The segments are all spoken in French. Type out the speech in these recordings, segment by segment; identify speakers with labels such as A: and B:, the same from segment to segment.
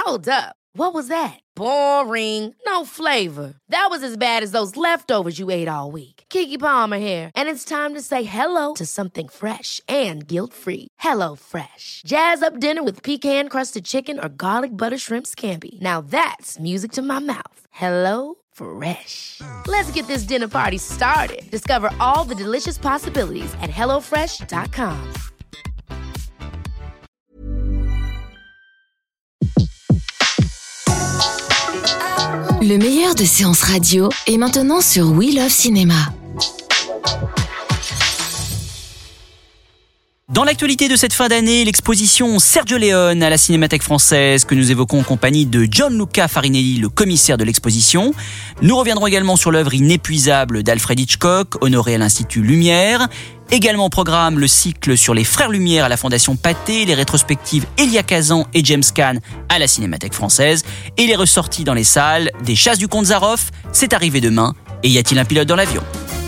A: Hold up. What was that? Boring. No flavor. That was as bad as those leftovers you ate all week. Keke Palmer here, and it's time to say hello to something fresh and guilt-free. Hello Fresh. Jazz up dinner with pecan-crusted chicken or garlic butter shrimp scampi. Now that's music to my mouth. Hello Fresh. Let's get this dinner party started. Discover all the delicious possibilities at hellofresh.com.
B: Le meilleur de séances radio est maintenant sur We Love Cinéma.
C: Dans l'actualité de cette fin d'année, l'exposition Sergio Leone à la Cinémathèque française que nous évoquons en compagnie de Gianluca Farinelli, le commissaire de l'exposition. Nous reviendrons également sur l'œuvre inépuisable d'Alfred Hitchcock, honorée à l'Institut Lumière. Également au programme, le cycle sur les Frères Lumière à la Fondation Pathé, les rétrospectives Elia Kazan et James Caan à la Cinémathèque française et les ressorties dans les salles des Chasses du Comte Zaroff, C'est arrivé demain et Y a-t-il un pilote dans l'avion ?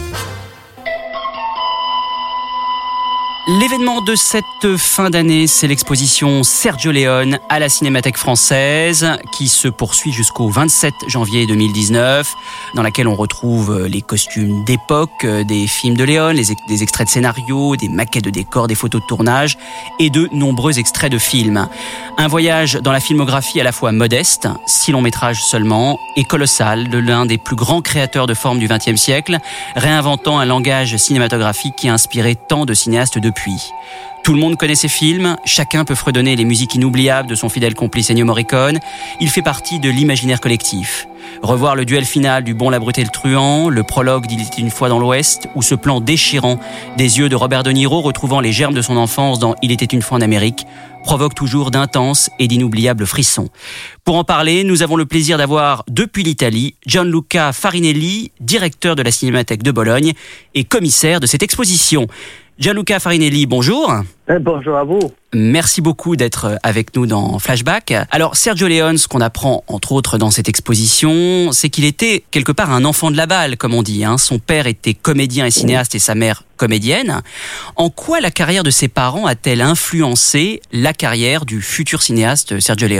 C: L'événement de cette fin d'année, c'est l'exposition Sergio Leone à la Cinémathèque française qui se poursuit jusqu'au 27 janvier 2019, dans laquelle on retrouve les costumes d'époque des films de Leone, des extraits de scénarios, des maquettes de décors, des photos de tournage et de nombreux extraits de films. Un voyage dans la filmographie à la fois modeste, 6 longs métrages seulement, et colossal de l'un des plus grands créateurs de formes du XXe siècle, réinventant un langage cinématographique qui a inspiré tant de cinéastes depuis. Tout le monde connaît ses films, chacun peut fredonner les musiques inoubliables de son fidèle complice Ennio Morricone, il fait partie de l'imaginaire collectif. Revoir le duel final du Bon, la Brute et le Truand, le prologue d'Il était une fois dans l'Ouest, ou ce plan déchirant des yeux de Robert De Niro retrouvant les germes de son enfance dans Il était une fois en Amérique, provoque toujours d'intenses et d'inoubliables frissons. Pour en parler, nous avons le plaisir d'avoir, depuis l'Italie, Gianluca Farinelli, directeur de la Cinémathèque de Bologne et commissaire de cette exposition. Gianluca Farinelli, bonjour.
D: Bonjour à vous.
C: Merci beaucoup d'être avec nous dans Flashback. Alors, Sergio Leone, ce qu'on apprend, entre autres, dans cette exposition, c'est qu'il était quelque part un enfant de la balle, comme on dit. Son père était comédien et cinéaste et sa mère comédienne. En quoi la carrière de ses parents a-t-elle influencé la carrière du futur cinéaste Sergio Leone ?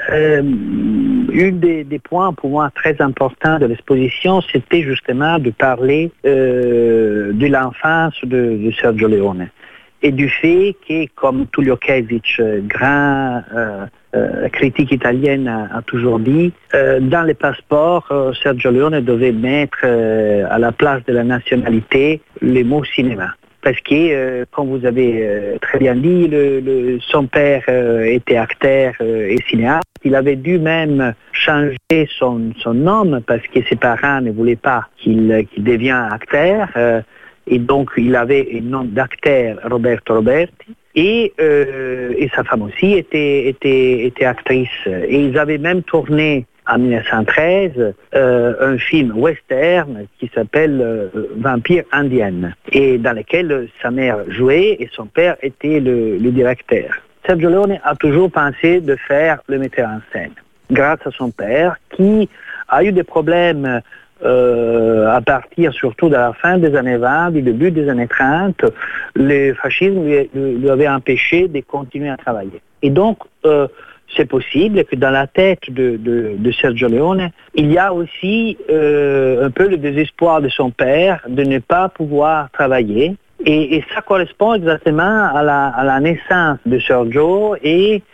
D: Un des points pour moi très importants de l'exposition, c'était justement de parler de l'enfance de Sergio Leone et du fait que, comme Tullio Kesich, grand critique italienne, a toujours dit, dans les passeports, Sergio Leone devait mettre à la place de la nationalité les mots cinéma. Parce que, comme vous avez très bien dit, son père était acteur et cinéaste. Il avait dû même changer son nom parce que ses parents ne voulaient pas qu'il devienne acteur. Et donc, il avait un nom d'acteur, Roberto Roberti. Et sa femme aussi était actrice. Et ils avaient même tourné en 1913 un film western qui s'appelle Vampire indienne, et dans lequel sa mère jouait et son père était le directeur. Sergio Leone a toujours pensé de faire le metteur en scène, grâce à son père qui a eu des problèmes à partir surtout de la fin des années 20, du début des années 30. Le fascisme lui avait empêché de continuer à travailler. Et donc, c'est possible que dans la tête de Sergio Leone, il y a aussi un peu le désespoir de son père de ne pas pouvoir travailler. Et ça correspond exactement à la naissance de Sergio et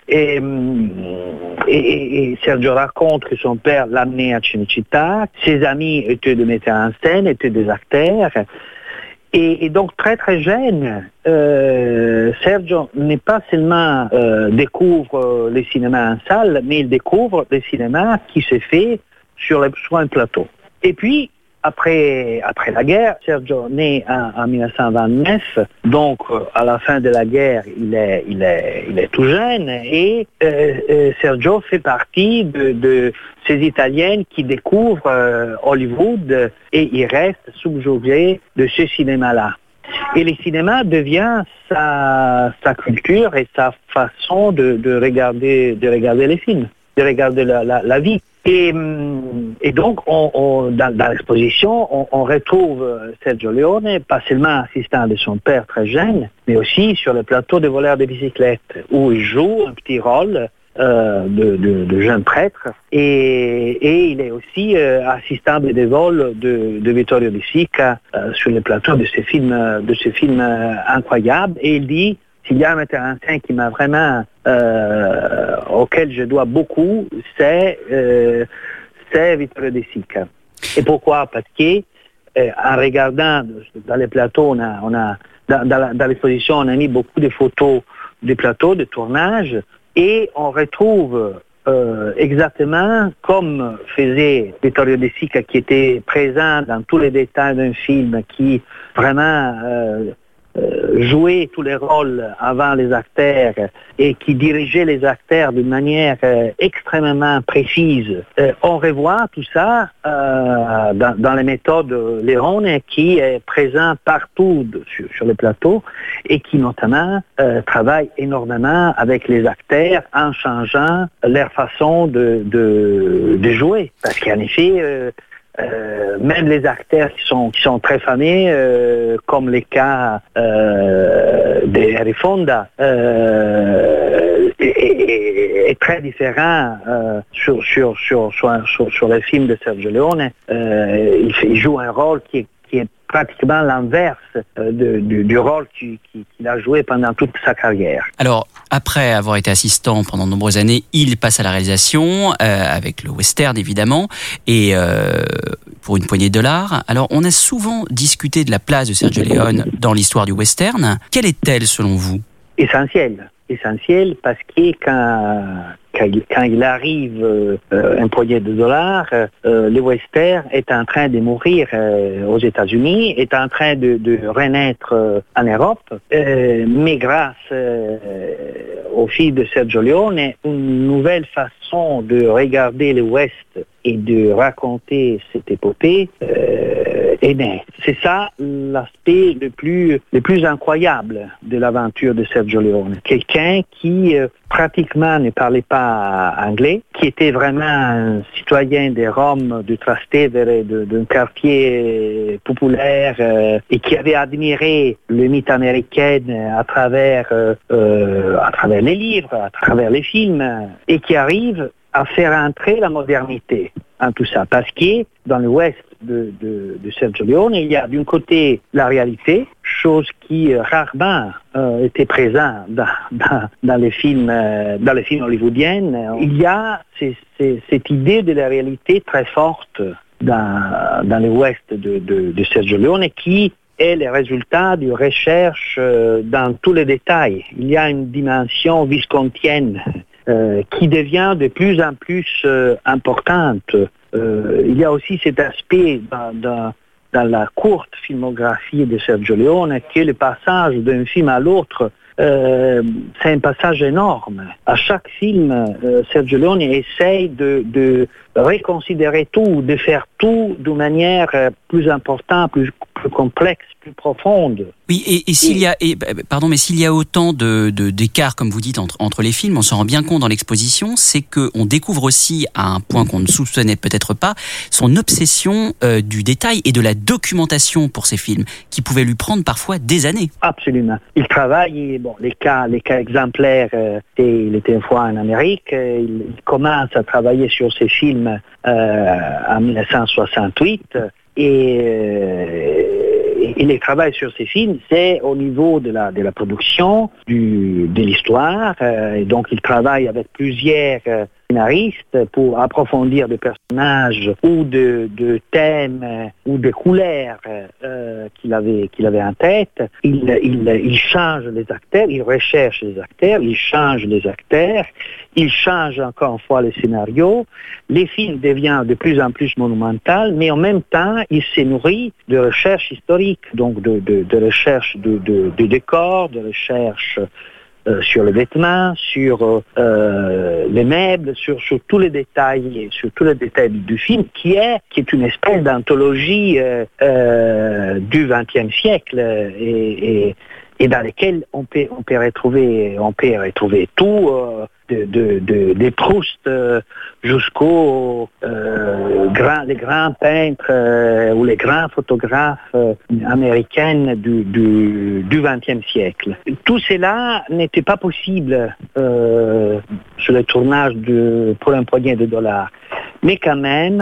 D: Sergio raconte que son père l'a amené à Cinecittà, ses amis étaient des metteurs en scène, étaient des acteurs. Et donc très très jeune, Sergio n'est pas seulement découvre le cinéma en salle, mais il découvre le cinéma qui se fait sur un plateau. Et puis, après la guerre, Sergio naît en 1929, donc à la fin de la guerre, il est tout jeune, et Sergio fait partie de ces Italiennes qui découvrent Hollywood et il reste subjugué de ce cinéma-là. Et le cinéma devient sa culture et sa façon de regarder les films, de regarder la vie. Et donc, dans l'exposition, on retrouve Sergio Leone, pas seulement assistant de son père très jeune, mais aussi sur le plateau de voleurs de bicyclette, où il joue un petit rôle de jeunes prêtres, et il est aussi assistant bénévole de Vittorio De Sica sur les plateaux de ces films incroyables. Et il dit, s'il y a un metteur en scène qui m'a vraiment auquel je dois beaucoup, c'est Vittorio De Sica. Et pourquoi? Parce que en regardant dans les plateaux, dans l'exposition, on a mis beaucoup de photos des plateaux de tournage, et on retrouve exactement comme faisait Vittorio De Sica, qui était présent dans tous les détails d'un film, qui vraiment jouait tous les rôles avant les acteurs et qui dirigeait les acteurs d'une manière extrêmement précise. On revoit tout ça dans les méthodes Leone, qui est présent partout sur le plateau et qui notamment travaille énormément avec les acteurs en changeant leur façon de jouer. Parce qu'en effet, même les acteurs qui sont très fameux, comme le cas de Harry Fonda, est très différent sur les films de Sergio Leone. Il joue un rôle qui est pratiquement l'inverse du rôle qu'il a joué pendant toute sa carrière.
C: Alors, après avoir été assistant pendant de nombreuses années, il passe à la réalisation, avec le western évidemment, et pour une poignée de dollars. Alors, on a souvent discuté de la place de Sergio Leone dans l'histoire du western. Quelle est-elle selon vous?
D: Essentielle, parce que quand il arrive un projet de dollars, le western est en train de mourir aux États-Unis, est en train de renaître en Europe, mais grâce au film de Sergio Leone, une nouvelle façon de regarder le West et de raconter cette épopée est née. C'est ça l'aspect le plus incroyable de l'aventure de Sergio Leone. Quelqu'un qui pratiquement ne parlait pas anglais, qui était vraiment un citoyen de Rome, du Trastevere, d'un quartier populaire, et qui avait admiré le mythe américain à travers les livres, à travers les films, et qui arrive à faire entrer la modernité en tout ça. Parce que dans le Ouest de Sergio Leone, il y a d'un côté la réalité, chose qui rarement était présente dans les films hollywoodiens. Il y a cette idée de la réalité très forte dans le Ouest de Sergio Leone, qui est le résultat d'une recherche dans tous les détails. Il y a une dimension viscontienne qui devient de plus en plus importante. Il y a aussi cet aspect dans la courte filmographie de Sergio Leone, que le passage d'un film à l'autre, c'est un passage énorme. À chaque film, Sergio Leone essaye de reconsidérer tout, de faire tout d'une manière plus importante, plus complexe, plus profonde.
C: Oui, et s'il y a autant d'écarts, comme vous dites, entre les films, on s'en rend bien compte dans l'exposition, c'est qu'on découvre aussi, à un point qu'on ne soupçonnait peut-être pas, son obsession du détail et de la documentation pour ses films, qui pouvait lui prendre parfois des années.
D: Absolument. Il travaille, les cas exemplaires, il était une fois en Amérique, il commence à travailler sur ses films en 1968, et les travail sur ces films, c'est au niveau de la production, de l'histoire. Et donc, il travaille avec plusieurs scénaristes pour approfondir des personnages ou de thèmes ou de couleurs qu'il avait en tête. Il change les acteurs, il recherche les acteurs, il change les acteurs, il change encore une fois les scénarios. Les films deviennent de plus en plus monumentaux, mais en même temps, il se nourrit de recherche historique, donc de recherche de décors, de recherche sur les vêtements, sur les meubles, sur tous les détails, du film, qui est une espèce d'anthologie du XXe siècle et dans lesquels on peut retrouver tout, de Proust jusqu'aux les grands peintres ou les grands photographes américains du XXe siècle. Tout cela n'était pas possible sur le tournage pour un poignet de dollars. Mais quand même,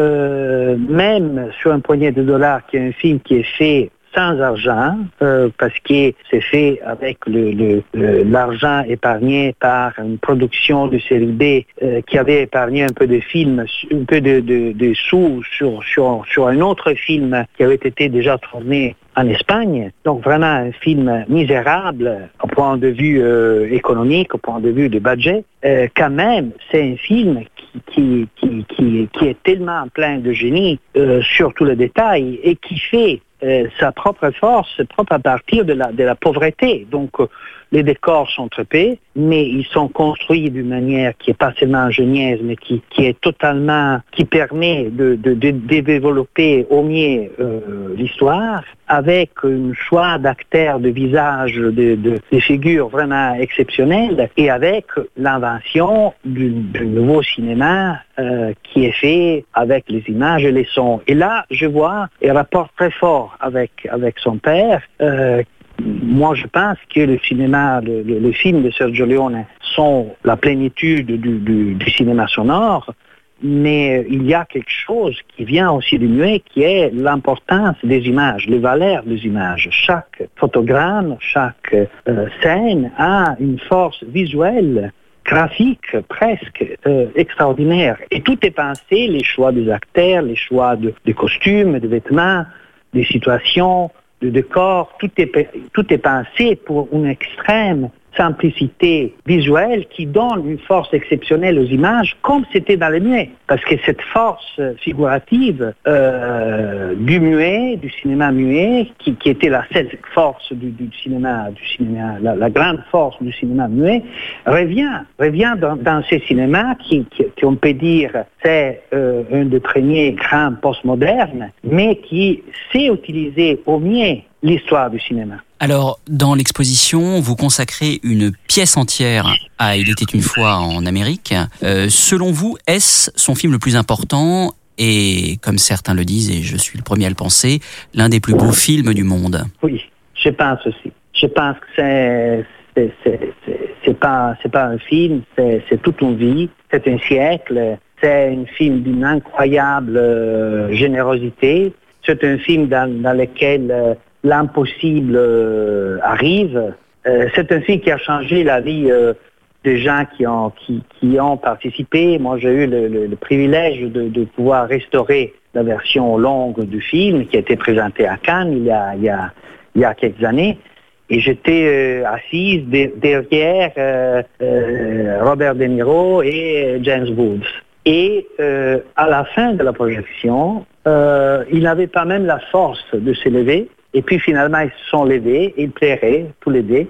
D: même sur un poignet de dollars, qui est un film qui est fait sans argent, parce que c'est fait avec l'argent épargné par une production de série B qui avait épargné un peu de films, un peu de sous sur un autre film qui avait été déjà tourné en Espagne. Donc vraiment un film misérable au point de vue économique, au point de vue du budget. Quand même, c'est un film qui est tellement plein de génie sur tous les détails et qui fait sa propre force, propre à partir de la pauvreté. Donc, les décors sont trépés, mais ils sont construits d'une manière qui n'est pas seulement ingénieuse, mais qui est totalement, qui permet de développer au mieux l'histoire, avec un choix d'acteurs, de visages, de figures vraiment exceptionnelles, et avec l'invention du nouveau cinéma qui est fait avec les images et les sons. Et là, je vois un rapport très fort avec son père. Moi, je pense que le cinéma, le film de Sergio Leone sont la plénitude du cinéma sonore, mais il y a quelque chose qui vient aussi du muet, qui est l'importance des images, les valeurs des images. Chaque photogramme, chaque scène a une force visuelle, graphique, presque extraordinaire. Et tout est pensé, les choix des acteurs, les choix des costumes, des vêtements, des situations, de décor, tout est pensé pour une extrême simplicité visuelle qui donne une force exceptionnelle aux images, comme c'était dans le muet. Parce que cette force figurative du muet, du cinéma muet, qui était la seule force du cinéma, la grande force du cinéma muet, revient dans ces cinémas qui on peut dire c'est un des premiers grands postmodernes, mais qui sait utiliser au mieux l'histoire du cinéma.
C: Alors, dans l'exposition, vous consacrez une pièce entière à Il était une fois en Amérique. Selon vous, est-ce son film le plus important et, comme certains le disent, et je suis le premier à le penser, l'un des plus beaux films du monde?
D: Oui, je pense aussi. Je pense que c'est pas un film, c'est toute une vie, c'est un siècle, c'est un film d'une incroyable générosité, c'est un film dans lequel l'impossible arrive. C'est un film qui a changé la vie des gens qui ont participé. Moi, j'ai eu le privilège de pouvoir restaurer la version longue du film qui a été présentée à Cannes il y a quelques années. Et j'étais assise derrière Robert De Niro et James Woods. Et à la fin de la projection, ils n'avaient pas même la force de se lever. Et puis finalement, ils se sont levés, ils pleuraient tous les deux.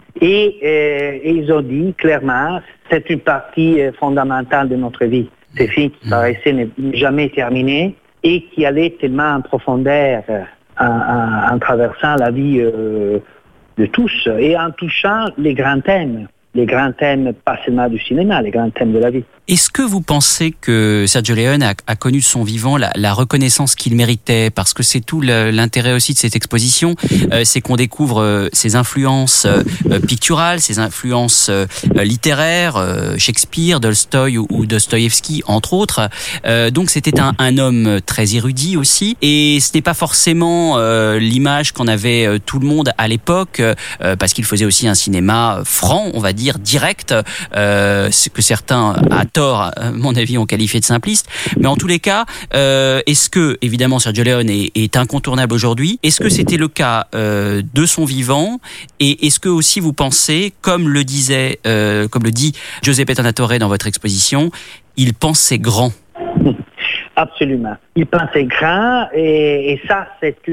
D: Et ils ont dit clairement, c'est une partie fondamentale de notre vie. Ces films qui paraissaient ne jamais terminés et qui allaient tellement en profondeur en traversant la vie de tous et en touchant les grands thèmes pas seulement du cinéma, les grands thèmes de la vie.
C: Est-ce que vous pensez que Sergio Leone a connu de son vivant la reconnaissance qu'il méritait? Parce que c'est tout l'intérêt aussi de cette exposition, c'est qu'on découvre ses influences picturales, ses influences littéraires, Shakespeare, Tolstoï ou Dostoïevski, entre autres. Donc c'était un homme très érudit aussi, et ce n'est pas forcément l'image qu'en avait tout le monde à l'époque, parce qu'il faisait aussi un cinéma franc, on va dire direct, que certains à tort, à mon avis, ont qualifié de simpliste. Mais en tous les cas, est-ce que, évidemment, Sergio Leone est incontournable aujourd'hui? Est-ce que c'était le cas de son vivant? Et est-ce que aussi vous pensez, comme le dit Giuseppe Tornatore dans votre exposition, il pensait grand?
D: Absolument. Il pensait grand et ça,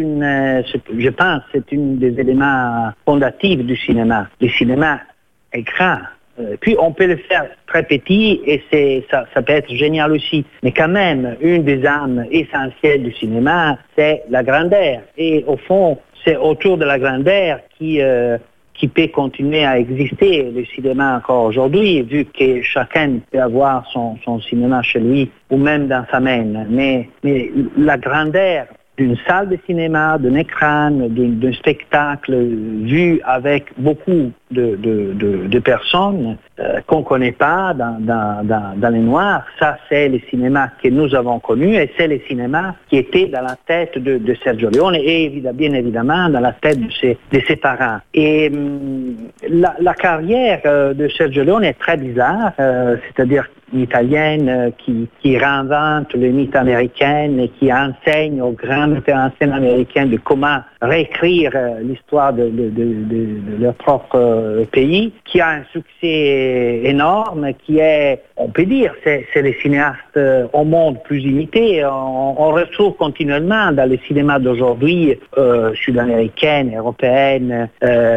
D: je pense, c'est un des éléments fondatifs du cinéma. Le cinéma est grand. Puis on peut le faire très petit et ça peut être génial aussi. Mais quand même, une des âmes essentielles du cinéma, c'est la grandeur. Et au fond, c'est autour de la grandeur qui qui peut continuer à exister, le cinéma encore aujourd'hui, vu que chacun peut avoir son cinéma chez lui ou même dans sa main. Mais la grandeur d'une salle de cinéma, d'un écran, d'un spectacle vu avec beaucoup de personnes qu'on ne connaît pas dans les noirs, ça c'est le cinéma que nous avons connu et c'est le cinéma qui était dans la tête de Sergio Leone et bien évidemment dans la tête de ses parents. Et la carrière de Sergio Leone est très bizarre, c'est-à-dire une italienne qui réinvente le mythe américain et qui enseigne aux grands metteurs en scène américains de comment réécrire l'histoire de leur propre pays, qui a un succès énorme, qui est, on peut dire, c'est le cinéaste au monde plus imité. On retrouve continuellement dans le cinéma d'aujourd'hui, sud-américaine, européenne,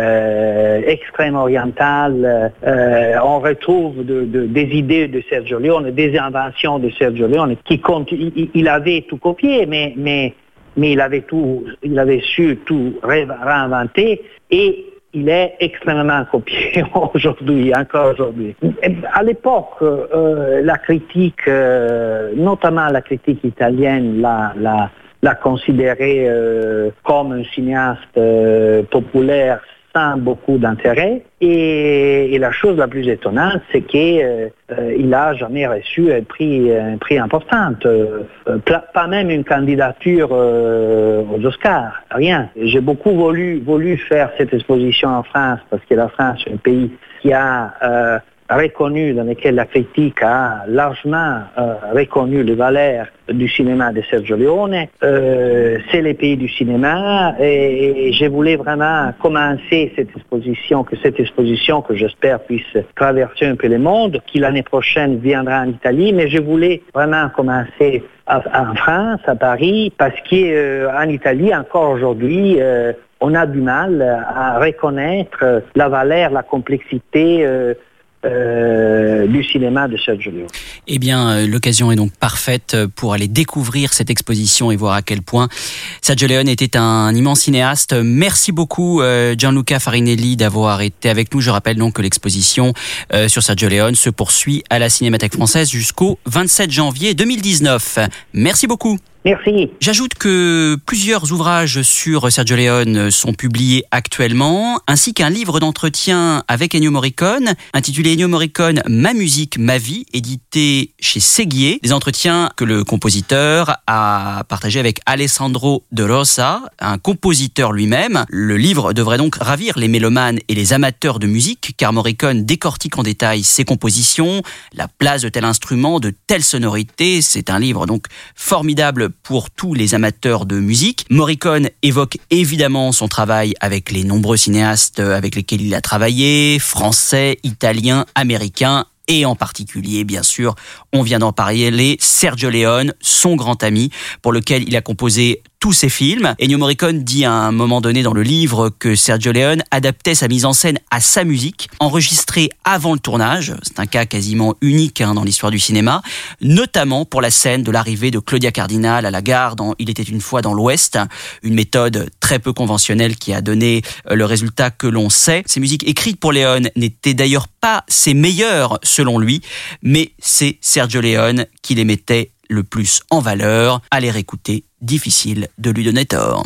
D: extrême orientale, on retrouve des idées de Sergio Leone, des inventions de Sergio Leone, il avait tout copié, mais il avait su tout réinventer et il est extrêmement copié aujourd'hui, encore aujourd'hui. À l'époque, la critique, notamment la critique italienne, l'a considéré comme un cinéaste populaire sans beaucoup d'intérêt. Et la chose la plus étonnante, c'est qu'il n'a jamais reçu un prix important, pas même une candidature aux Oscars, rien. J'ai beaucoup voulu faire cette exposition en France, parce que la France est un pays qui a reconnu, dans lequel la critique a largement reconnu les valeurs du cinéma de Sergio Leone. C'est le pays du cinéma et je voulais vraiment commencer cette exposition que j'espère puisse traverser un peu le monde, qui l'année prochaine viendra en Italie, mais je voulais vraiment commencer en France, à Paris, parce qu'en Italie, encore aujourd'hui, on a du mal à reconnaître la valeur, la complexité du cinéma de Sergio Leone.
C: Eh bien, l'occasion est donc parfaite pour aller découvrir cette exposition et voir à quel point Sergio Leone était un immense cinéaste. Merci beaucoup Gianluca Farinelli d'avoir été avec nous. Je rappelle donc que l'exposition sur Sergio Leone se poursuit à la Cinémathèque française jusqu'au 27 janvier 2019. Merci beaucoup.
D: Merci.
C: J'ajoute que plusieurs ouvrages sur Sergio Leone sont publiés actuellement, ainsi qu'un livre d'entretien avec Ennio Morricone, intitulé Ennio Morricone, Ma musique, ma vie, édité chez Séguier. Des entretiens que le compositeur a partagés avec Alessandro De Rosa, un compositeur lui-même. Le livre devrait donc ravir les mélomanes et les amateurs de musique, car Morricone décortique en détail ses compositions, la place de tel instrument, de telle sonorité. C'est un livre donc formidable pour tous les amateurs de musique. Morricone évoque évidemment son travail avec les nombreux cinéastes avec lesquels il a travaillé, français, italiens, américains, et en particulier, bien sûr, on vient d'en parler, Sergio Leone, son grand ami, pour lequel il a composé tous ses films. Ennio Morricone dit à un moment donné dans le livre que Sergio Leone adaptait sa mise en scène à sa musique, enregistrée avant le tournage. C'est un cas quasiment unique dans l'histoire du cinéma, notamment pour la scène de l'arrivée de Claudia Cardinal à la gare dans Il était une fois dans l'Ouest, une méthode très peu conventionnelle qui a donné le résultat que l'on sait. Ces musiques écrites pour Leone n'étaient d'ailleurs pas ses meilleures selon lui, mais c'est Sergio Leone qui les mettait le plus en valeur. À les réécouter, difficile de lui donner tort.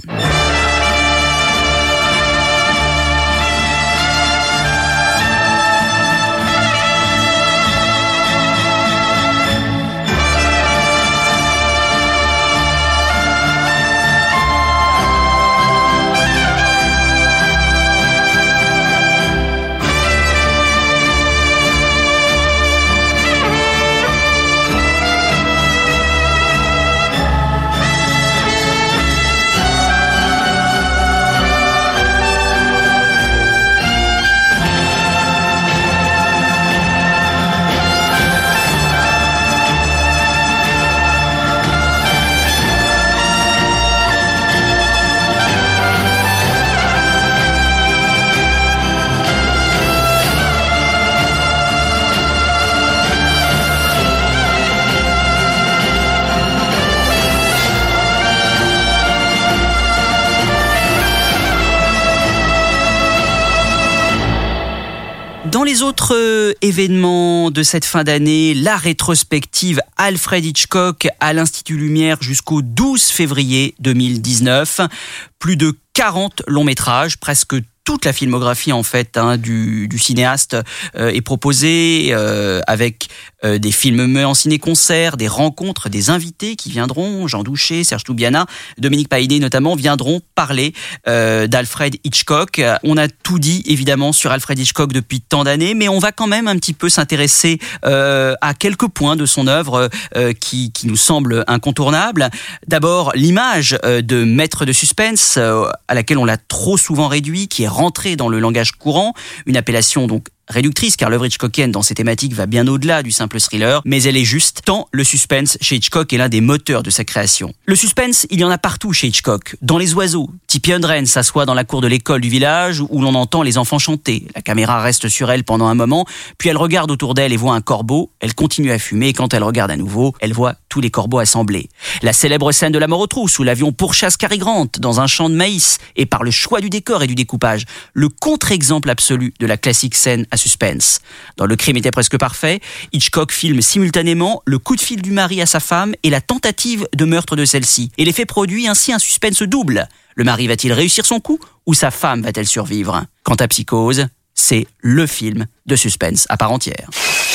C: Autre événement de cette fin d'année, la rétrospective Alfred Hitchcock à l'Institut Lumière jusqu'au 12 février 2019. Plus de 40 longs métrages, presque toute la filmographie en fait du cinéaste est proposée avec des films menés en ciné-concert, des rencontres, des invités qui viendront, Jean Douché, Serge Toubiana, Dominique Paillet notamment, viendront parler d'Alfred Hitchcock. On a tout dit évidemment sur Alfred Hitchcock depuis tant d'années, mais on va quand même un petit peu s'intéresser à quelques points de son œuvre qui nous semblent incontournables. D'abord, l'image de maître de suspense à laquelle on l'a trop souvent réduit, qui est rentrée dans le langage courant, une appellation donc réductrice, car l'œuvre hitchcockienne dans ses thématiques va bien au-delà du simple thriller, mais elle est juste tant le suspense chez Hitchcock est l'un des moteurs de sa création. Le suspense, il y en a partout chez Hitchcock. Dans Les Oiseaux, Tippi Hedren s'assoit dans la cour de l'école du village où l'on entend les enfants chanter. La caméra reste sur elle pendant un moment, puis elle regarde autour d'elle et voit un corbeau. Elle continue à fumer et quand elle regarde à nouveau, elle voit tous les corbeaux assemblés. La célèbre scène de La mort aux trousses où l'avion pourchasse Cary Grant dans un champ de maïs et par le choix du décor et du découpage, le contre-exemple absolu de la classique scène à suspense. Dans Le crime était presque parfait, Hitchcock filme simultanément le coup de fil du mari à sa femme et la tentative de meurtre de celle-ci. Et l'effet produit ainsi un suspense double. Le mari va-t-il réussir son coup ou sa femme va-t-elle survivre ? Quant à Psychose, c'est le film de suspense à part entière.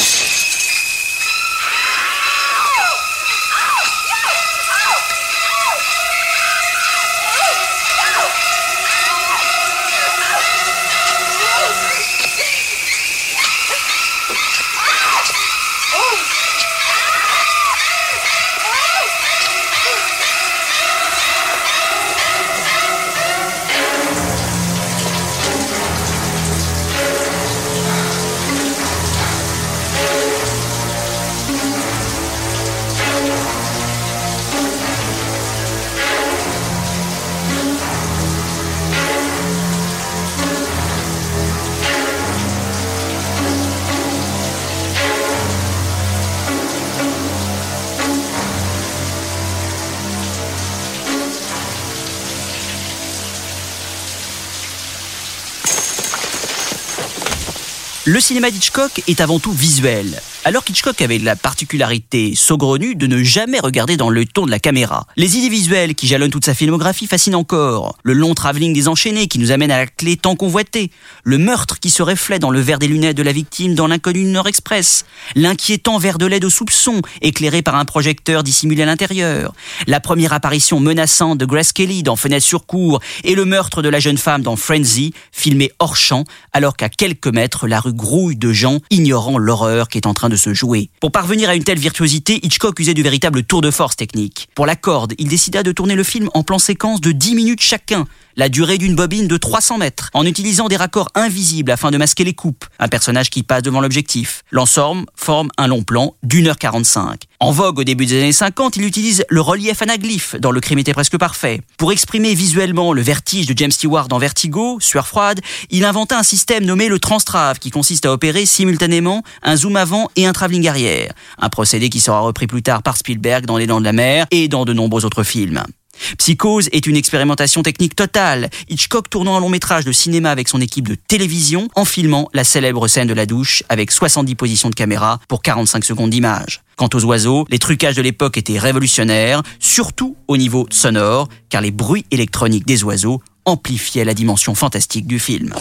C: Le cinéma d'Hitchcock est avant tout visuel, alors qu'Hitchcock avait la particularité saugrenue de ne jamais regarder dans le ton de la caméra. Les idées visuelles qui jalonnent toute sa filmographie fascinent encore. Le long travelling des enchaînés qui nous amène à la clé tant convoitée. Le meurtre qui se reflète dans le verre des lunettes de la victime dans l'inconnu du Nord Express. L'inquiétant verre de lait de soupçon éclairé par un projecteur dissimulé à l'intérieur. La première apparition menaçante de Grace Kelly dans Fenêtre sur cour et le meurtre de la jeune femme dans Frenzy, filmé hors champ, alors qu'à quelques mètres, la rue grouille de gens ignorant l'horreur qui est en train de se jouer. Pour parvenir à une telle virtuosité, Hitchcock usait du véritable tour de force technique. Pour la corde, il décida de tourner le film en plan séquence de 10 minutes chacun, la durée d'une bobine de 300 mètres, en utilisant des raccords invisibles afin de masquer les coupes, un personnage qui passe devant l'objectif. L'ensemble forme un long plan d'1h45. En vogue au début des années 50, il utilise le relief anaglyphe dans Le crime était presque parfait. Pour exprimer visuellement le vertige de James Stewart dans Vertigo, Sueur froide, il inventa un système nommé le transtrave qui consiste à opérer simultanément un zoom avant et un travelling arrière. Un procédé qui sera repris plus tard par Spielberg dans Les Dents de la Mer et dans de nombreux autres films. Psychose est une expérimentation technique totale, Hitchcock tournant un long métrage de cinéma avec son équipe de télévision en filmant la célèbre scène de la douche avec 70 positions de caméra pour 45 secondes d'image. Quant aux oiseaux, les trucages de l'époque étaient révolutionnaires, surtout au niveau sonore, car les bruits électroniques des oiseaux amplifiaient la dimension fantastique du film.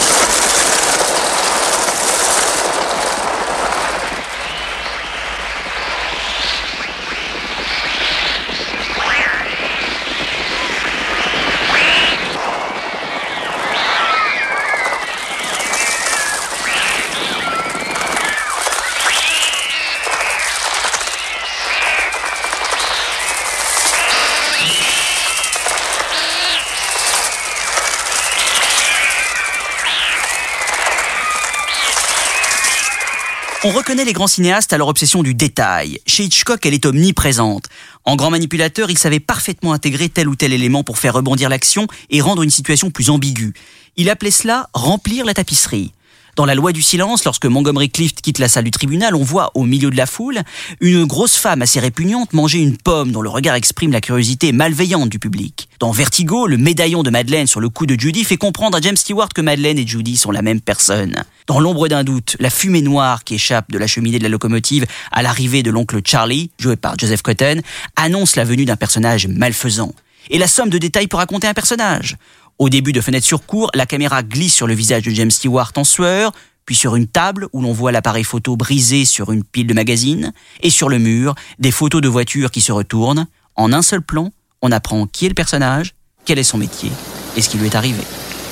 C: On reconnaît les grands cinéastes à leur obsession du détail. Chez Hitchcock, elle est omniprésente. En grand manipulateur, il savait parfaitement intégrer tel ou tel élément pour faire rebondir l'action et rendre une situation plus ambiguë. Il appelait cela « remplir la tapisserie ». Dans La loi du silence, lorsque Montgomery Clift quitte la salle du tribunal, on voit au milieu de la foule une grosse femme assez répugnante manger une pomme dont le regard exprime la curiosité malveillante du public. Dans Vertigo, le médaillon de Madeleine sur le cou de Judy fait comprendre à James Stewart que Madeleine et Judy sont la même personne. Dans L'ombre d'un doute, la fumée noire qui échappe de la cheminée de la locomotive à l'arrivée de l'oncle Charlie, joué par Joseph Cotten, annonce la venue d'un personnage malfaisant. Et la somme de détails pour raconter un personnage. Au début de Fenêtre sur cour, la caméra glisse sur le visage de James Stewart en sueur, puis sur une table où l'on voit l'appareil photo brisé sur une pile de magazines, et sur le mur, des photos de voitures qui se retournent. En un seul plan, on apprend qui est le personnage, quel est son métier et ce qui lui est arrivé.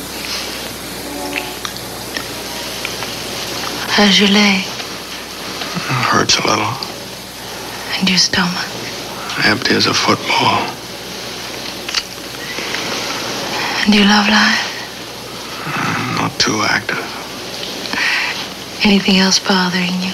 E: How's your leg?
F: Hurts a little.
E: And your stomach?
F: Empty as a football.
E: And your love life?
F: Not too active.
E: Anything else bothering you?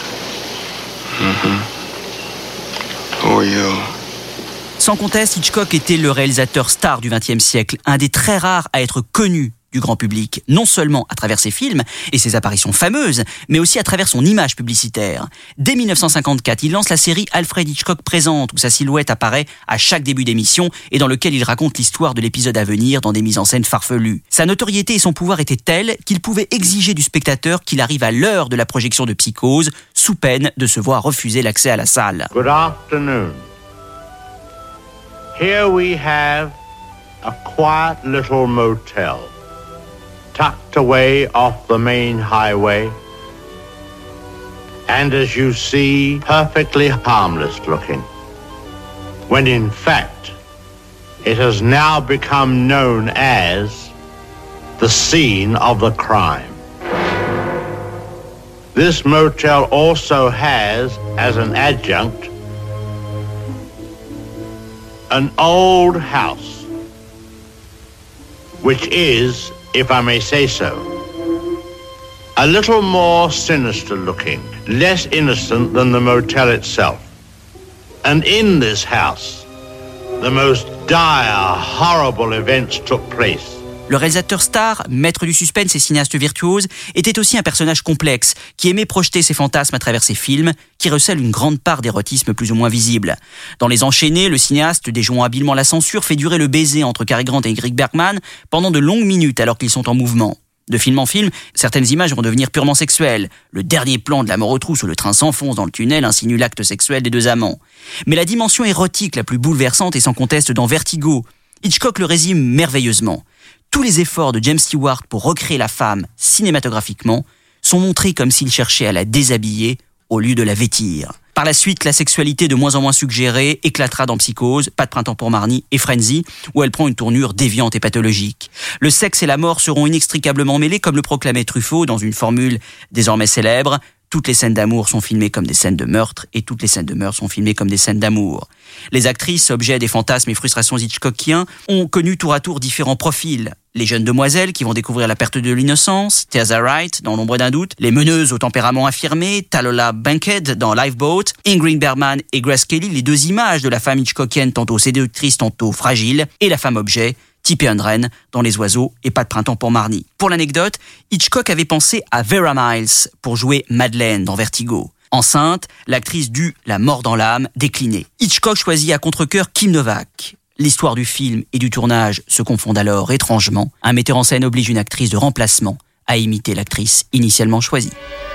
F: Who are you?
C: Sans conteste, Hitchcock était le réalisateur star du XXe siècle, un des très rares à être connu du grand public, non seulement à travers ses films et ses apparitions fameuses, mais aussi à travers son image publicitaire. Dès 1954, il lance la série Alfred Hitchcock présente, où sa silhouette apparaît à chaque début d'émission et dans lequel il raconte l'histoire de l'épisode à venir dans des mises en scène farfelues. Sa notoriété et son pouvoir étaient tels qu'il pouvait exiger du spectateur qu'il arrive à l'heure de la projection de Psychose, sous peine de se voir refuser l'accès à la salle.
G: Good afternoon. Here we have a quiet little motel, tucked away off the main highway, and as you see, perfectly harmless looking, when in fact, it has now become known as the scene of the crime. This motel also has, as an adjunct, an old house, which is, if I may say so, a little more sinister looking, less innocent than the motel itself. And in this house, the most dire, horrible events took place.
C: Le réalisateur star, maître du suspense et cinéaste virtuose, était aussi un personnage complexe, qui aimait projeter ses fantasmes à travers ses films, qui recèlent une grande part d'érotisme plus ou moins visible. Dans Les Enchaînés, le cinéaste, déjouant habilement la censure, fait durer le baiser entre Cary Grant et Ingrid Bergman pendant de longues minutes alors qu'ils sont en mouvement. De film en film, certaines images vont devenir purement sexuelles. Le dernier plan de La mort aux trousses où le train s'enfonce dans le tunnel insinue l'acte sexuel des deux amants. Mais la dimension érotique la plus bouleversante est sans conteste dans Vertigo. Hitchcock le résume merveilleusement. Tous les efforts de James Stewart pour recréer la femme cinématographiquement sont montrés comme s'il cherchait à la déshabiller au lieu de la vêtir. Par la suite, la sexualité de moins en moins suggérée éclatera dans Psychose, Pas de printemps pour Marnie et Frenzy, où elle prend une tournure déviante et pathologique. Le sexe et la mort seront inextricablement mêlés, comme le proclamait Truffaut dans une formule désormais célèbre. Toutes les scènes d'amour sont filmées comme des scènes de meurtre et toutes les scènes de meurtre sont filmées comme des scènes d'amour. Les actrices, objets des fantasmes et frustrations hitchcockiens, ont connu tour à tour différents profils. Les jeunes demoiselles qui vont découvrir la perte de l'innocence, Tirzah Wright dans L'ombre d'un doute, les meneuses au tempérament affirmé, Tallulah Bankhead dans Lifeboat, Ingrid Bergman et Grace Kelly, les deux images de la femme hitchcockienne tantôt séductrice, tantôt fragile, et la femme objet, Tippi Hedren dans Les oiseaux et Pas de printemps pour Marnie. Pour l'anecdote, Hitchcock avait pensé à Vera Miles pour jouer Madeleine dans Vertigo. Enceinte, l'actrice dut, la mort dans l'âme, décliner. Hitchcock choisit à contre-cœur Kim Novak. L'histoire du film et du tournage se confondent alors étrangement. Un metteur en scène oblige une actrice de remplacement à imiter l'actrice initialement choisie.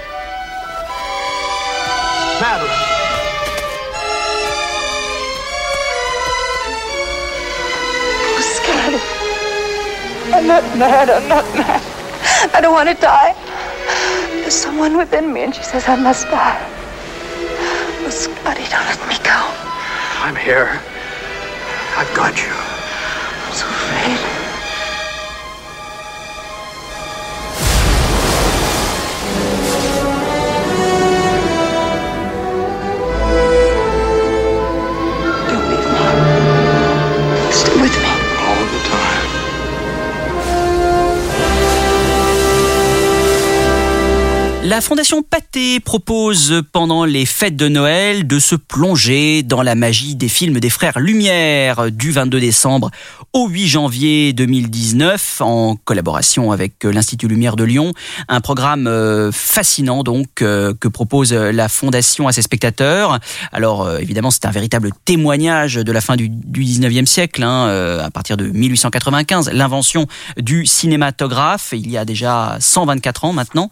H: I'm not mad. I don't want to die. There's someone within me and she says I must die. Oh, Scotty, don't let me go.
F: I'm here. I've got you.
H: I'm so afraid. Don't leave me. Stay with me.
F: All the time.
C: La Fondation Pathé propose pendant les fêtes de Noël de se plonger dans la magie des films des frères Lumière du 22 décembre au 8 janvier 2019 en collaboration avec l'Institut Lumière de Lyon. Un programme fascinant donc que propose la Fondation à ses spectateurs. Alors évidemment c'est un véritable témoignage de la fin du 19e siècle, à partir de 1895, l'invention du cinématographe, il y a déjà 124 ans maintenant.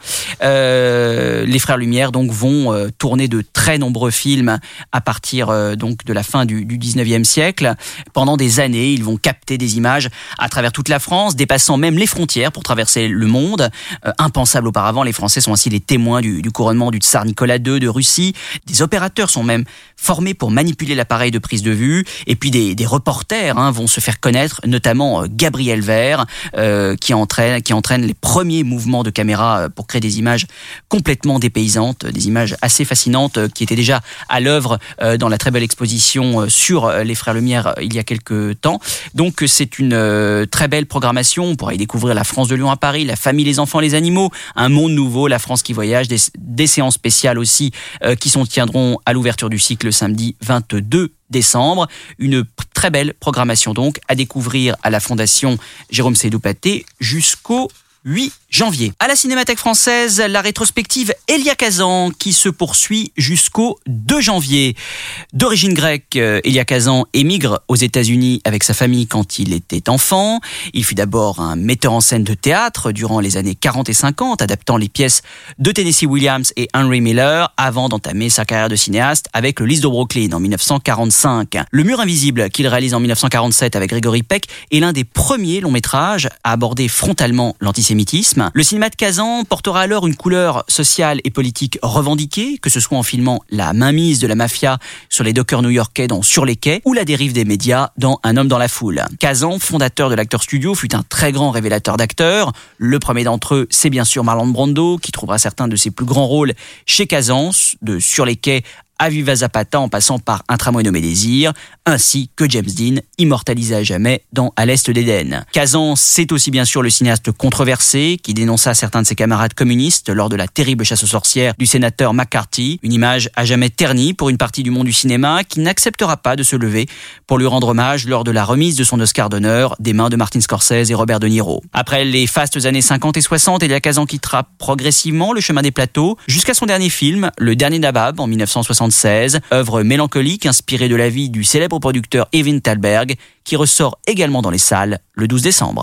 C: Les frères Lumière donc vont tourner de très nombreux films à partir donc de la fin du 19e siècle. Pendant des années, ils vont capter des images à travers toute la France, dépassant même les frontières pour traverser le monde. Impensable auparavant, les Français sont ainsi les témoins du couronnement du tsar Nicolas II de Russie. Des opérateurs sont même formés pour manipuler l'appareil de prise de vue. Et puis des reporters vont se faire connaître, notamment Gabriel Vert, qui entraîne les premiers mouvements de caméra pour créer des images complètement dépaysantes, des images assez fascinantes qui étaient déjà à l'œuvre dans la très belle exposition sur les frères Lumière il y a quelques temps. Donc c'est une très belle programmation. On pourra y découvrir la France de Lyon à Paris, la famille, les enfants, les animaux, un monde nouveau, la France qui voyage, des séances spéciales aussi qui tiendront à l'ouverture du cycle le samedi 22 décembre. Une très belle programmation donc à découvrir à la Fondation Jérôme Sédou Pathé jusqu'au 8 janvier. À la Cinémathèque française, la rétrospective Elia Kazan qui se poursuit jusqu'au 2 janvier. D'origine grecque, Elia Kazan émigre aux États-Unis avec sa famille quand il était enfant. Il fut d'abord un metteur en scène de théâtre durant les années 40 et 50, adaptant les pièces de Tennessee Williams et Henry Miller avant d'entamer sa carrière de cinéaste avec Le Lys de Brooklyn en 1945. Le Mur invisible qu'il réalise en 1947 avec Gregory Peck est l'un des premiers longs métrages à aborder frontalement l'antisémitisme. Le cinéma de Kazan portera alors une couleur sociale et politique revendiquée, que ce soit en filmant la mainmise de la mafia sur les dockers new-yorkais dans Sur les quais ou la dérive des médias dans Un homme dans la foule. Kazan, fondateur de l'Actors Studio, fut un très grand révélateur d'acteurs. Le premier d'entre eux, c'est bien sûr Marlon Brando, qui trouvera certains de ses plus grands rôles chez Kazan, de Sur les quais à Viva Zapata en passant par Un tramway nommé Désir, ainsi que James Dean, immortalisé à jamais dans À l'Est d'Éden. Kazan, c'est aussi bien sûr le cinéaste controversé qui dénonça certains de ses camarades communistes lors de la terrible chasse aux sorcières du sénateur McCarthy, une image à jamais ternie pour une partie du monde du cinéma qui n'acceptera pas de se lever pour lui rendre hommage lors de la remise de son Oscar d'honneur des mains de Martin Scorsese et Robert De Niro. Après les fastes années 50 et 60, Elia Kazan quittera progressivement le chemin des plateaux jusqu'à son dernier film, Le Dernier Nabab en 1976, œuvre mélancolique inspirée de la vie du célèbre producteur Evin Thalberg, qui ressort également dans les salles le 12 décembre.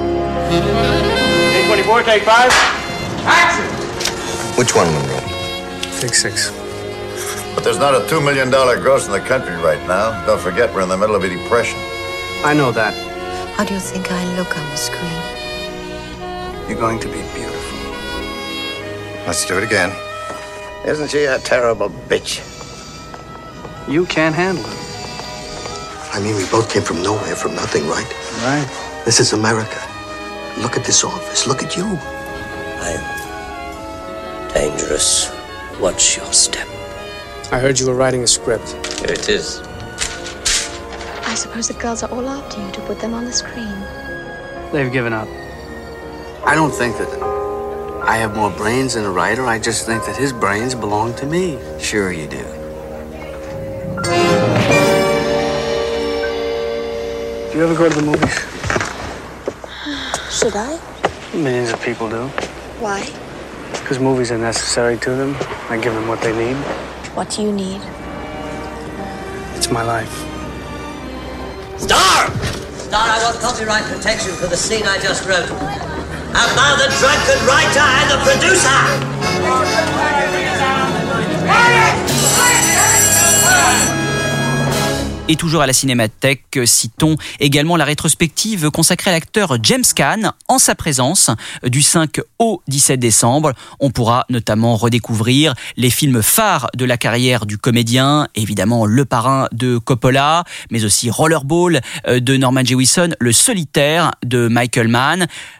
F: 824, take 5. Action!
I: Which one, Monroe?
F: Take 6.
I: But there's not a $2 million gross in the country right now. Don't forget, we're in the middle of a depression.
F: I know that.
E: How do you think I look on the screen?
F: You're going to be beautiful.
I: Let's do it again. Isn't she a terrible bitch?
F: You can't handle it.
J: I mean, we both came from nowhere, from nothing, right?
F: Right.
J: This is America. Look at this office. Look at you.
K: I'm dangerous. Watch your step.
F: I heard you were writing a script.
K: Here it is.
E: I suppose the girls are all after you to put them on the screen.
F: They've given up.
J: I don't think that I have more brains than a writer. I just think that his brains belong to me.
K: Sure you do.
F: Do you ever go to the movies?
E: Should I?
F: Millions of people do.
E: Why?
F: Because movies are necessary to them. I give them what they need.
E: What do you need?
F: It's my life.
K: Star! Star, I want copyright protection for the scene I just wrote. About the drunken writer and the producer!
C: Et toujours à la Cinémathèque, citons également la rétrospective consacrée à l'acteur James Caan en sa présence du 5 au 17 décembre. On pourra notamment redécouvrir les films phares de la carrière du comédien, évidemment Le Parrain de Coppola, mais aussi Rollerball de Norman Jewison, Le Solitaire de Michael Mann,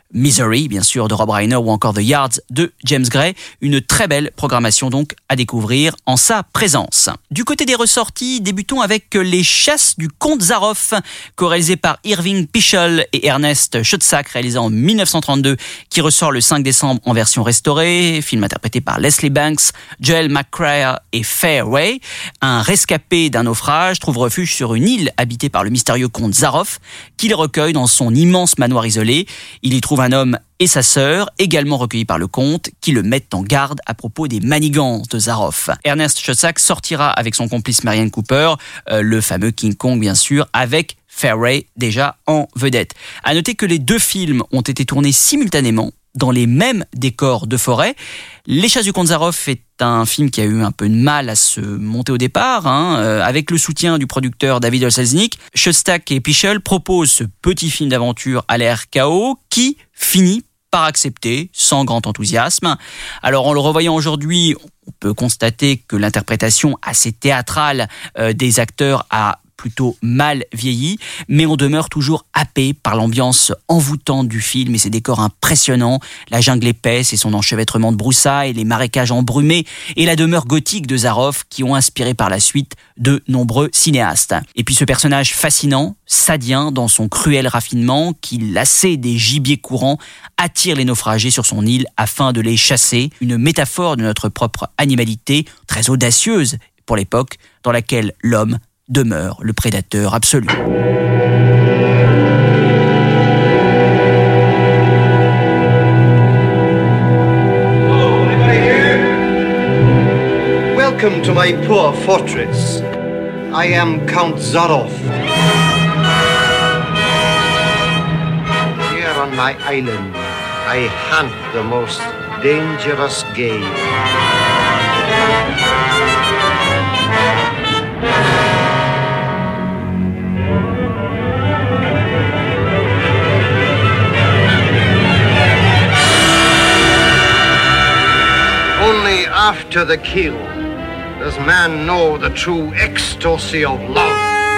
C: Misery, bien sûr, de Rob Reiner ou encore The Yards de James Gray. Une très belle programmation donc à découvrir en sa présence. Du côté des ressorties, débutons avec Les Chasses du Comte Zaroff, co-réalisé par Irving Pichel et Ernest Schoedsack, réalisé en 1932, qui ressort le 5 décembre en version restaurée. Film interprété par Leslie Banks, Joel McCrea et Fairway. Un rescapé d'un naufrage trouve refuge sur une île habitée par le mystérieux comte Zaroff, qu'il recueille dans son immense manoir isolé. Il y trouve un homme et sa sœur, également recueillis par le comte, qui le mettent en garde à propos des manigances de Zaroff. Ernest Schoedsack sortira avec son complice Marianne Cooper, le fameux King Kong bien sûr, avec Fairway déjà en vedette. À noter que les deux films ont été tournés simultanément dans les mêmes décors de forêt. Les Chasses du Comte Zaroff est un film qui a eu un peu de mal à se monter au départ, avec le soutien du producteur David O. Selznick. Schoedsack et Pichel proposent ce petit film d'aventure à l'air chaos qui finit par accepter sans grand enthousiasme. Alors en le revoyant aujourd'hui, on peut constater que l'interprétation assez théâtrale des acteurs a plutôt mal vieilli, mais on demeure toujours happé par l'ambiance envoûtante du film et ses décors impressionnants, la jungle épaisse et son enchevêtrement de broussailles, les marécages embrumés et la demeure gothique de Zaroff qui ont inspiré par la suite de nombreux cinéastes. Et puis ce personnage fascinant, sadien dans son cruel raffinement, qui, lassé des gibiers courants, attire les naufragés sur son île afin de les chasser. Une métaphore de notre propre animalité, très audacieuse pour l'époque, dans laquelle l'homme demeure le prédateur absolu.
F: Welcome to my poor fortress. I am Count Zaroff. Here on my island, I hunt the most dangerous game. Only after the kill does man know the true ecstasy of love.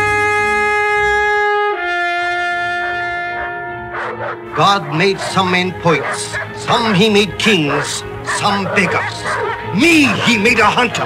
F: God made some men poets, some he made kings, some beggars. Me he made a hunter.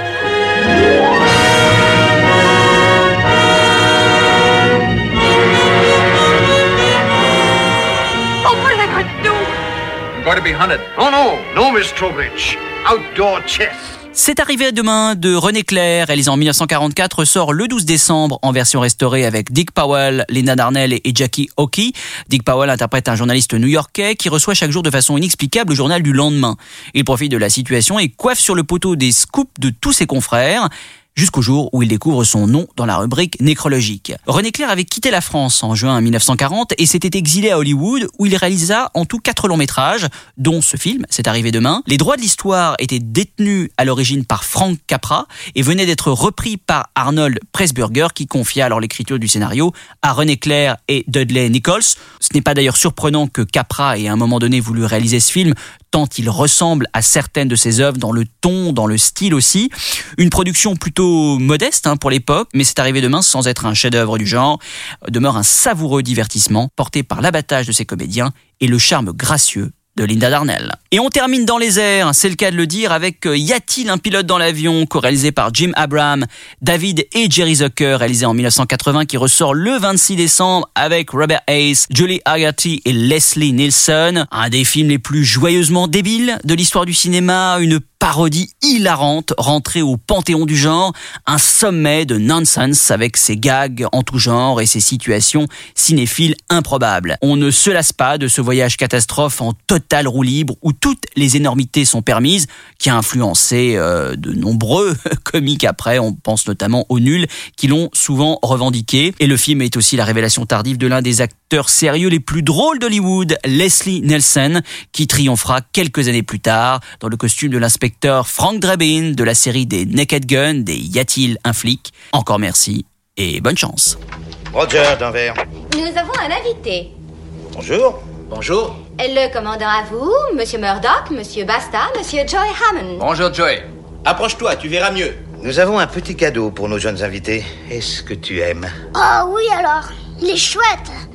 H: Oh, what am I going to do?
F: I'm going to be hunted. No, Miss Trowbridge. Outdoor chess.
C: C'est arrivé demain de René Clair, réalisé en 1944, sort le 12 décembre en version restaurée avec Dick Powell, Linda Darnell et Jackie Hockey. Dick Powell interprète un journaliste new-yorkais qui reçoit chaque jour de façon inexplicable le journal du lendemain. Il profite de la situation et coiffe sur le poteau des scoops de tous ses confrères, jusqu'au jour où il découvre son nom dans la rubrique nécrologique. René Clair avait quitté la France en juin 1940 et s'était exilé à Hollywood où il réalisa en tout 4 longs métrages, dont ce film, C'est arrivé demain. Les droits de l'histoire étaient détenus à l'origine par Frank Capra et venaient d'être repris par Arnold Pressburger qui confia alors l'écriture du scénario à René Clair et Dudley Nichols. Ce n'est pas d'ailleurs surprenant que Capra ait à un moment donné voulu réaliser ce film, tant il ressemble à certaines de ses œuvres dans le ton, dans le style aussi. Une production plutôt modeste pour l'époque, mais C'est arrivé demain, sans être un chef-d'œuvre du genre, demeure un savoureux divertissement porté par l'abattage de ses comédiens et le charme gracieux de Linda Darnell. Et on termine dans les airs, c'est le cas de le dire, avec Y a-t-il un pilote dans l'avion, co-réalisé par Jim Abraham, David et Jerry Zucker, réalisé en 1980, qui ressort le 26 décembre avec Robert Hayes, Julie Haggerty et Leslie Nielsen. Un des films les plus joyeusement débiles de l'histoire du cinéma, une parodie hilarante rentrée au panthéon du genre, un sommet de nonsense avec ses gags en tout genre et ses situations cinéphiles improbables. On ne se lasse pas de ce voyage catastrophe en totale roue libre où toutes les énormités sont permises, qui a influencé de nombreux comiques après, on pense notamment aux nuls qui l'ont souvent revendiqué. Et le film est aussi la révélation tardive de l'un des acteurs sérieux les plus drôles d'Hollywood, Leslie Nielsen, qui triomphera quelques années plus tard dans le costume de l'inspecteur Frank Drebin de la série des Naked Gun, des Y a-t-il un flic. Encore merci et bonne chance.
I: Roger, d'un verre.
L: Nous avons un invité.
I: Bonjour.
J: Bonjour.
L: Le commandant à vous, Monsieur Murdoch, Monsieur Basta, Monsieur Joy Hammond.
J: Bonjour, Joy. Approche-toi, tu verras mieux.
I: Nous avons un petit cadeau pour nos jeunes invités. Est-ce que tu aimes?
M: Oh oui alors, il est chouette.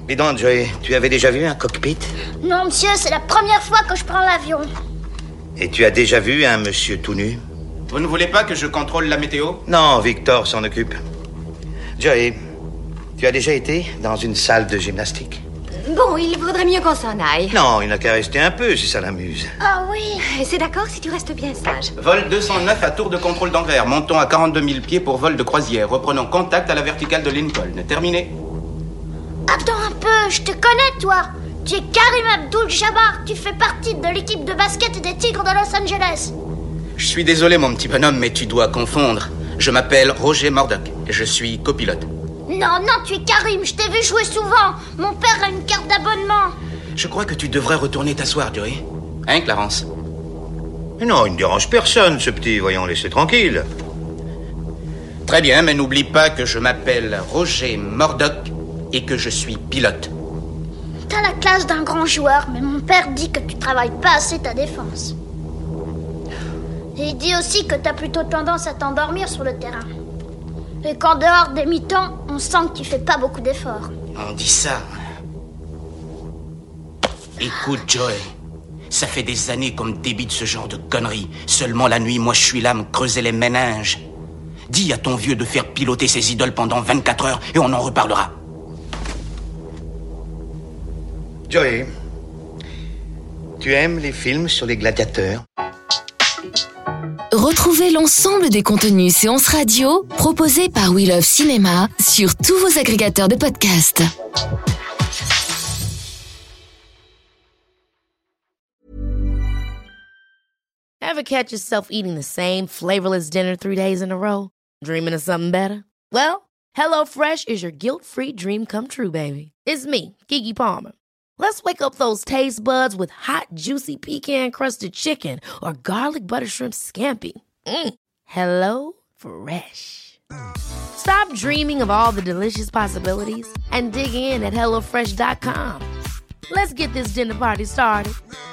F: Dis donc, Joey, tu avais déjà vu un cockpit?
M: Non, monsieur, c'est la première fois que je prends l'avion.
F: Et tu as déjà vu un monsieur tout nu?
N: Vous ne voulez pas que je contrôle la météo?
F: Non, Victor s'en occupe. Joey, tu as déjà été dans une salle de gymnastique?
L: Bon, il vaudrait mieux qu'on s'en aille.
F: Non, il n'a qu'à rester un peu, si ça l'amuse.
M: Ah oui.
L: C'est d'accord si tu restes bien sage.
N: Vol 209 à tour de contrôle d'Anvers. Montons à 42 000 pieds pour vol de croisière. Reprenons contact à la verticale de Lincoln. Terminé.
M: Attends un peu, je te connais, toi. Tu es Karim Abdul-Jabbar. Tu fais partie de l'équipe de basket des Tigres de Los Angeles.
N: Je suis désolé, mon petit bonhomme, mais tu dois confondre. Je m'appelle Roger Murdoch et je suis copilote.
M: Non, tu es Karim, je t'ai vu jouer souvent. Mon père a une carte d'abonnement.
N: Je crois que tu devrais retourner t'asseoir, Joey. Hein, Clarence?
F: Mais non, il ne dérange personne, ce petit. Voyons, laissez tranquille.
N: Très bien, mais n'oublie pas que je m'appelle Roger Murdoch et que je suis pilote.
M: T'as la classe d'un grand joueur, mais mon père dit que tu travailles pas assez ta défense. Et il dit aussi que t'as plutôt tendance à t'endormir sur le terrain. Et qu'en dehors des mi-temps, on sent que tu fais pas beaucoup d'efforts.
N: On dit ça. Écoute, Joey, ça fait des années qu'on me débite ce genre de conneries. Seulement la nuit, moi je suis là à me creuser les méninges. Dis à ton vieux de faire piloter ses idoles pendant 24 heures et on en reparlera.
F: Joey, tu aimes les films sur les gladiateurs?
B: Retrouvez l'ensemble des contenus séances radio proposés par We Love Cinéma sur tous vos agrégateurs de podcasts.
A: Ever catch yourself eating the same flavorless dinner 3 days in a row? Dreaming of something better? Well, HelloFresh is your guilt-free dream come true, baby. It's me, Keke Palmer. Let's wake up those taste buds with hot, juicy pecan-crusted chicken or garlic butter shrimp scampi. Hello Fresh. Stop dreaming of all the delicious possibilities and dig in at HelloFresh.com. Let's get this dinner party started.